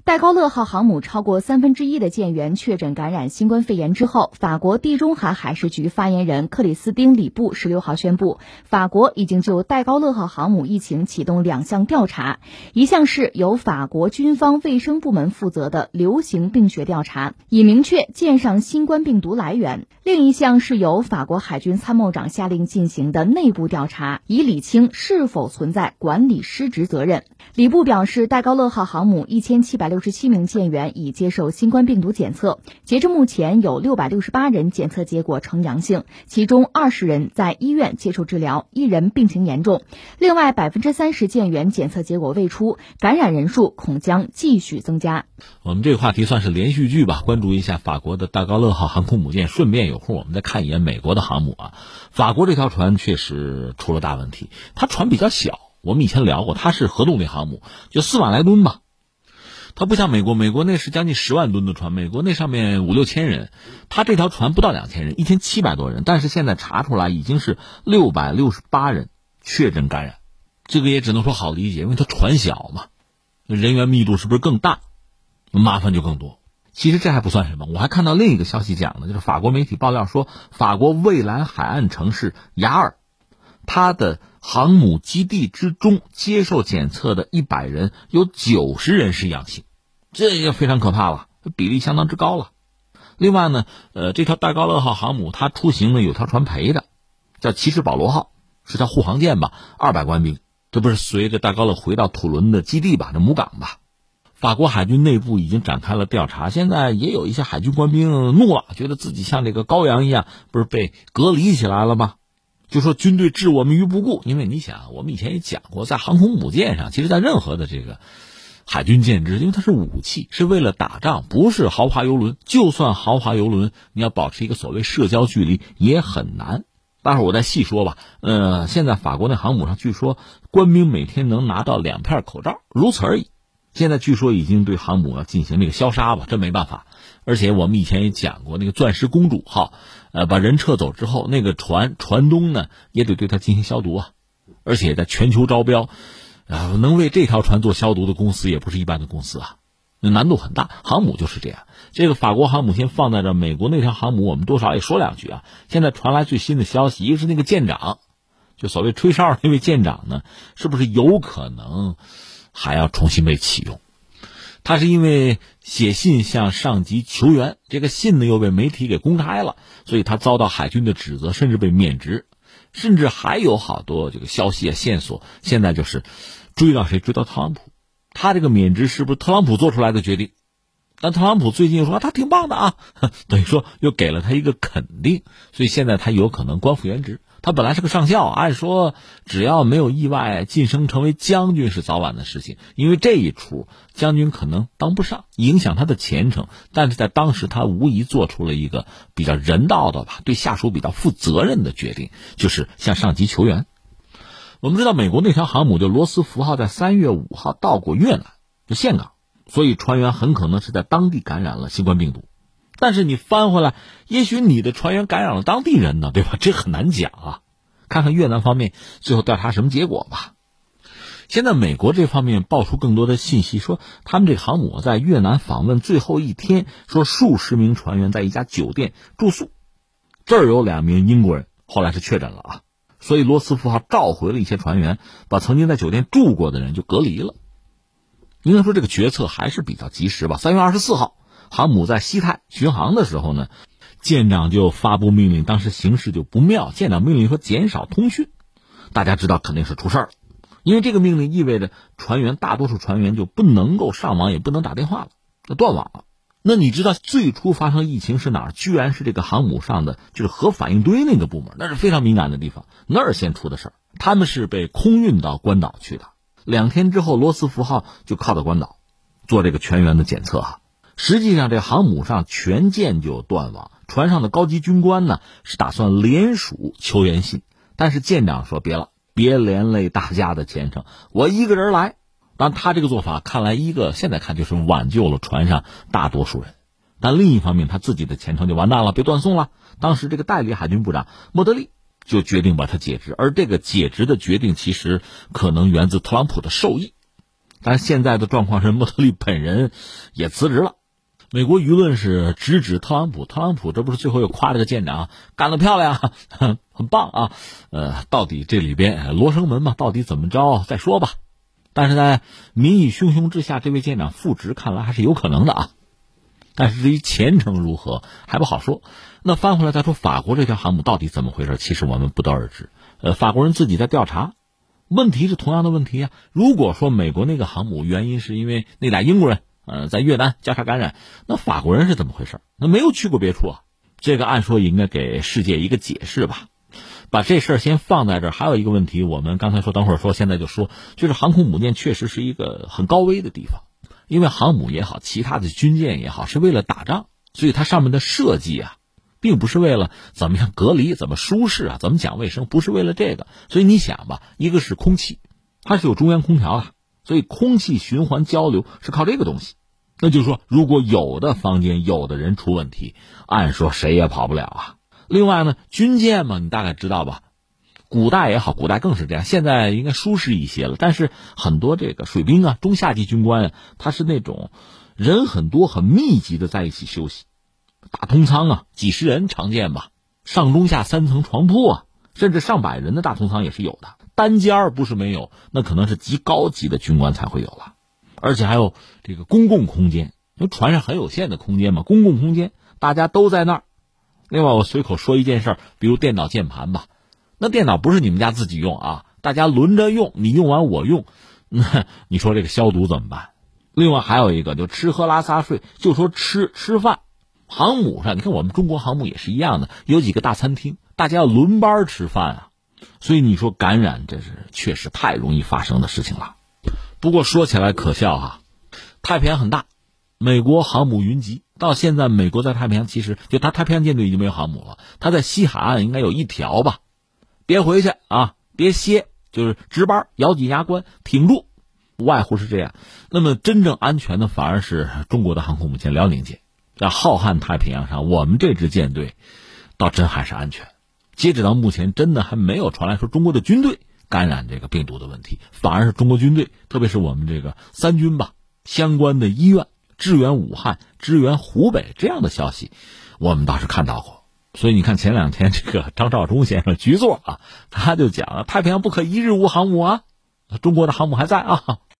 戴高乐号航母超过1/3的舰员确诊感染新冠肺炎之后，法国地中海海事局发言人克里斯汀·里布16号宣布，法国已经就戴高乐号航母疫情启动2项调查，一项是由法国军方卫生部门负责的流行病学调查，以明确舰上新冠病毒来源；另一项是由法国海军参谋长下令进行的内部调查，以理清是否存在管理失职责任。里布表示，戴高乐号航母1767名舰员已接受新冠病毒检测，截至目前有668人检测结果呈阳性，其中20人在医院接受治疗，1人病情严重。另外30%舰员检测结果未出，感染人数恐将继续增加。 我们这个话题算是连续剧吧，关注一下法国的戴高乐号航空母舰，顺便有空我们再看一眼美国的航母啊。法国这条船确实出了大问题，它船比较小，我们以前聊过，它是核动力航母，就4万来吨吧。它不像美国那是将近10万吨的船，美国那上面5、6千人，它这条船不到2000人，1700多人，但是现在查出来已经是668人确诊感染，这个也只能说好理解，因为它船小嘛，人员密度是不是更大，麻烦就更多。其实这还不算什么，我还看到另一个消息讲的，就是法国媒体爆料说，法国蔚蓝海岸城市雅尔，它的航母基地之中接受检测的100人有90人是阳性，这就非常可怕了，比例相当之高了。另外呢，这条戴高乐号航母它出行呢有条船陪着，叫骑士保罗号，是条护航舰吧，200官兵，这不是随着戴高乐回到土伦的基地吧，这母港吧。法国海军内部已经展开了调查，现在也有一些海军官兵怒了，觉得自己像这个羔羊一样，不是被隔离起来了吗？就说军队置我们于不顾，因为你想，我们以前也讲过，在航空母舰上，其实在任何的这个海军舰只，因为它是武器，是为了打仗，不是豪华游轮。就算豪华游轮，你要保持一个所谓社交距离也很难。待会儿我再细说吧。现在法国那航母上据说官兵每天能拿到2片口罩，如此而已。现在据说已经对航母要进行这个消杀吧，这没办法。而且我们以前也讲过，那个钻石公主号，把人撤走之后，那个船东呢也得对它进行消毒啊。而且在全球招标，能为这条船做消毒的公司也不是一般的公司啊，难度很大。航母就是这样。这个法国航母先放在这，美国那条航母我们多少也说两句啊。现在传来最新的消息，一个是那个舰长，就所谓吹哨那位舰长呢，是不是有可能还要重新被启用？他是因为写信向上级求援，这个信呢又被媒体给公开了，所以他遭到海军的指责，甚至被免职。甚至还有好多这个消息线索，现在就是追到谁？追到特朗普。他这个免职是不是特朗普做出来的决定？但特朗普最近又说他挺棒的啊，等于说又给了他一个肯定，所以现在他有可能官复原职。他本来是个上校，按说只要没有意外，晋升成为将军是早晚的事情。因为这一出，将军可能当不上，影响他的前程。但是在当时，他无疑做出了一个比较人道的吧，对下属比较负责任的决定，就是向上级求援。我们知道，美国那条航母就罗斯福号在3月5号到过越南，就岘港，所以船员很可能是在当地感染了新冠病毒。但是你翻回来，也许你的船员感染了当地人呢，对吧？这很难讲啊。看看越南方面最后调查什么结果吧。现在美国这方面爆出更多的信息，说他们这个航母在越南访问最后一天，说数十名船员在一家酒店住宿，这儿有2名英国人后来是确诊了啊。所以罗斯福号召回了一些船员，把曾经在酒店住过的人就隔离了。应该说这个决策还是比较及时吧。3月24号航母在西太巡航的时候呢，舰长就发布命令，当时形势就不妙，舰长命令说减少通讯。大家知道肯定是出事了，因为这个命令意味着大多数船员就不能够上网，也不能打电话了，就断网了。那你知道最初发生疫情是哪儿？居然是这个航母上的就是核反应堆那个部门，那是非常敏感的地方，那儿先出的事儿。他们是被空运到关岛去的，2天之后罗斯福号就靠到关岛做这个全员的检测啊。实际上这航母上全舰就断网，船上的高级军官呢是打算联署求援信，但是舰长说别了，别连累大家的前程，我一个人来。但他这个做法看来现在看就是挽救了船上大多数人，但另一方面他自己的前程就完蛋了，被断送了。当时这个代理海军部长莫德利就决定把他解职，而这个解职的决定其实可能源自特朗普的授意。 但是现在的状况是莫特利本人也辞职了。美国舆论是直指特朗普，这不是最后又夸这个舰长干得漂亮，很棒啊。到底这里边罗生门嘛，到底怎么着再说吧。但是在民意汹汹之下，这位舰长复职看来还是有可能的啊。但是至于前程如何还不好说。那翻回来再说法国这条航母到底怎么回事，其实我们不得而知。法国人自己在调查，问题是同样的问题啊。如果说美国那个航母原因是因为那俩英国人在越南交叉感染，那法国人是怎么回事？那没有去过别处啊，这个按说应该给世界一个解释吧。把这事儿先放在这儿，还有一个问题，我们刚才说，等会儿说，现在就说，就是航空母舰确实是一个很高危的地方，因为航母也好，其他的军舰也好，是为了打仗，所以它上面的设计啊，并不是为了怎么样隔离、怎么舒适啊、怎么讲卫生，不是为了这个。所以你想吧，一个是空气，它是有中央空调的，所以空气循环交流是靠这个东西。那就是说，如果有的房间有的人出问题，按说谁也跑不了啊。另外呢，军舰嘛，你大概知道吧，古代也好，古代更是这样，现在应该舒适一些了。但是很多这个水兵啊、中下级军官啊，他是那种人很多、很密集的在一起休息，大通舱啊，几十人常见吧，上中下3层床铺啊，甚至上百人的大通舱也是有的。单间不是没有，那可能是极高级的军官才会有了。而且还有这个公共空间，因为船上很有限的空间嘛，公共空间大家都在那儿。另外我随口说一件事儿，比如电脑键盘吧，那电脑不是你们家自己用啊，大家轮着用，你用完我用，那你说这个消毒怎么办？另外还有一个就吃喝拉撒睡，就说吃饭，航母上你看我们中国航母也是一样的，有几个大餐厅，大家要轮班吃饭啊，所以你说感染这是确实太容易发生的事情了。不过说起来可笑哈，太平洋很大，美国航母云集，到现在美国在太平洋其实就它太平洋舰队已经没有航母了，它在西海岸应该有一条吧，别回去啊，别歇，就是值班，咬紧牙关挺住，不外乎是这样。那么真正安全的反而是中国的航空母舰辽宁舰，在浩瀚太平洋上，我们这支舰队倒真还是安全。截止到目前，真的还没有传来说中国的军队感染这个病毒的问题，反而是中国军队，特别是我们这个3军吧，相关的医院支援武汉、支援湖北这样的消息，我们倒是看到过。所以你看前2天这个张召忠先生局座啊，他就讲了太平洋不可一日无航母啊，中国的航母还在啊。